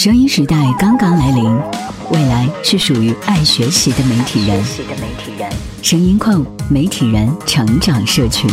声音时代刚刚来临，未来是属于爱学习的媒体人。声音控媒体人成长社群。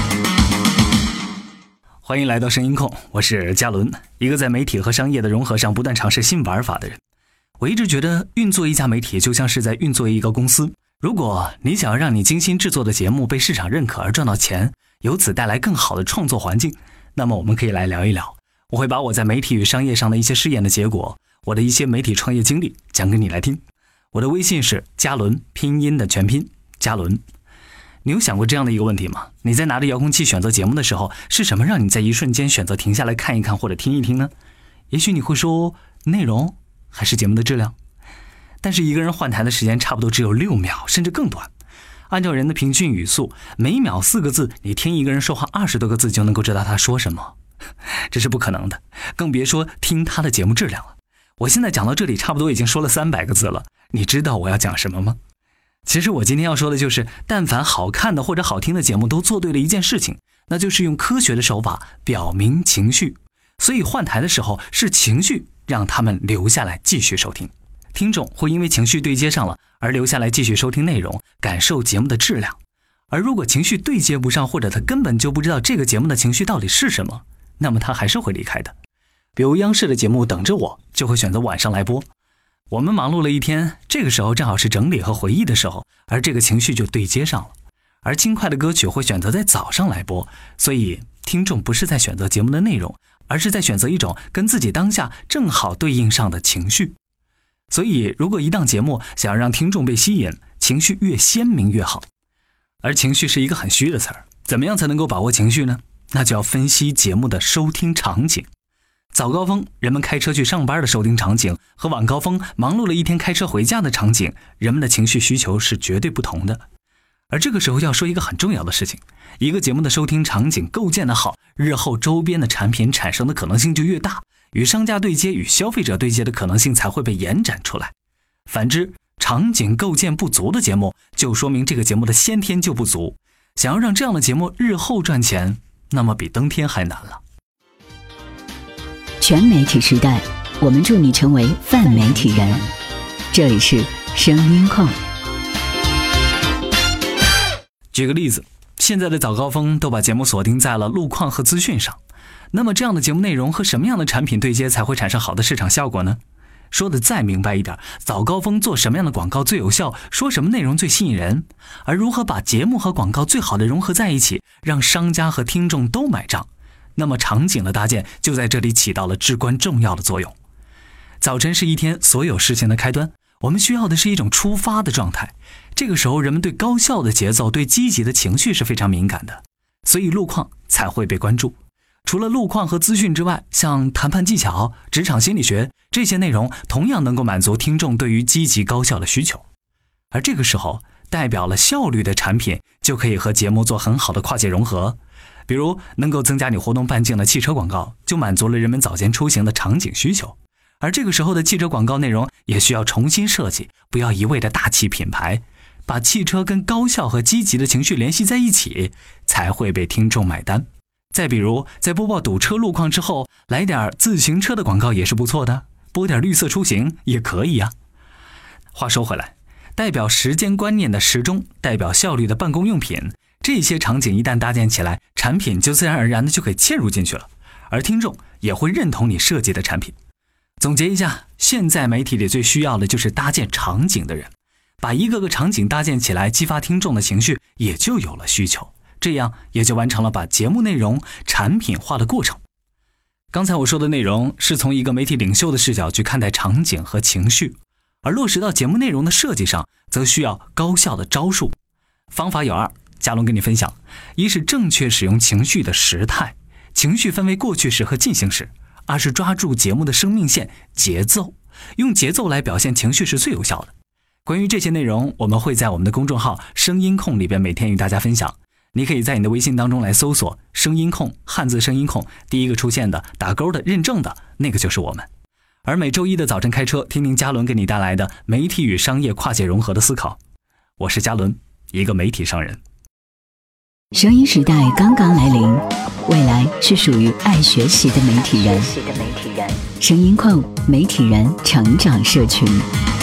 欢迎来到声音控，我是嘉伦，一个在媒体和商业的融合上不断尝试新玩法的人。我一直觉得运作一家媒体就像是在运作一个公司，如果你想要让你精心制作的节目被市场认可而赚到钱，由此带来更好的创作环境，那么我们可以来聊一聊。我会把我在媒体与商业上的一些试验的结果，我的一些媒体创业经历讲给你来听。我的微信是嘉伦，拼音的全拼嘉伦。你有想过这样的一个问题吗？你在拿着遥控器选择节目的时候，是什么让你在一瞬间选择停下来看一看或者听一听呢？也许你会说内容还是节目的质量，但是一个人换台的时间差不多只有6秒甚至更短。按照人的平均语速，每秒4个字，你听一个人说话20多个字就能够知道他说什么，这是不可能的，更别说听他的节目质量了。我现在讲到这里差不多已经说了300个字了，你知道我要讲什么吗？其实我今天要说的就是，但凡好看的或者好听的节目都做对了一件事情，那就是用科学的手法表明情绪。所以换台的时候是情绪让他们留下来继续收听，听众会因为情绪对接上了而留下来继续收听内容，感受节目的质量。而如果情绪对接不上，或者他根本就不知道这个节目的情绪到底是什么，那么他还是会离开的。比如央视的节目等着我就会选择晚上来播，我们忙碌了一天，这个时候正好是整理和回忆的时候，而这个情绪就对接上了。而轻快的歌曲会选择在早上来播，所以听众不是在选择节目的内容，而是在选择一种跟自己当下正好对应上的情绪。所以如果一档节目想要让听众被吸引，情绪越鲜明越好。而情绪是一个很虚的词儿，怎么样才能够把握情绪呢？那就要分析节目的收听场景。早高峰人们开车去上班的收听场景，和晚高峰忙碌了一天开车回家的场景，人们的情绪需求是绝对不同的。而这个时候要说一个很重要的事情，一个节目的收听场景构建的好，日后周边的产品产生的可能性就越大，与商家对接与消费者对接的可能性才会被延展出来。反之，场景构建不足的节目，就说明这个节目的先天就不足，想要让这样的节目日后赚钱，那么比登天还难了。 全媒体时代，我们祝你成为泛媒体人。这里是声音控。 举个例子，现在的早高峰都把节目锁定在了路况和资讯上，那么这样的节目内容和什么样的产品对接才会产生好的市场效果呢？说的再明白一点，早高峰做什么样的广告最有效，说什么内容最吸引人，而如何把节目和广告最好的融合在一起，让商家和听众都买账，那么场景的搭建就在这里起到了至关重要的作用。早晨是一天所有事情的开端，我们需要的是一种出发的状态，这个时候人们对高效的节奏，对积极的情绪是非常敏感的，所以路况才会被关注。除了路况和资讯之外，像谈判技巧、职场心理学，这些内容同样能够满足听众对于积极高效的需求。而这个时候代表了效率的产品就可以和节目做很好的跨界融合，比如能够增加你活动半径的汽车广告，就满足了人们早间出行的场景需求。而这个时候的汽车广告内容也需要重新设计，不要一味的大气品牌，把汽车跟高效和积极的情绪联系在一起，才会被听众买单。再比如在播报堵车路况之后，来点自行车的广告也是不错的，播点绿色出行也可以啊。话说回来，代表时间观念的时钟，代表效率的办公用品，这些场景一旦搭建起来，产品就自然而然的就可以嵌入进去了，而听众也会认同你设计的产品。总结一下，现在媒体里最需要的就是搭建场景的人，把一个个场景搭建起来，激发听众的情绪，也就有了需求，这样也就完成了把节目内容产品化的过程。刚才我说的内容是从一个媒体领袖的视角去看待场景和情绪，而落实到节目内容的设计上，则需要高效的招数。方法有2，嘉伦跟你分享。一是正确使用情绪的时态，情绪分为过去时和进行时。2是抓住节目的生命线，节奏，用节奏来表现情绪是最有效的。关于这些内容，我们会在我们的公众号声音控里边每天与大家分享。你可以在你的微信当中来搜索声音控，汉字声音控，第一个出现的打勾的认证的那个就是我们。而每周一的早晨开车，听听嘉伦给你带来的媒体与商业跨界融合的思考。我是嘉伦，一个媒体商人。 声音时代刚刚来临，未来是属于爱学习的媒体人。声音控媒体人成长社群。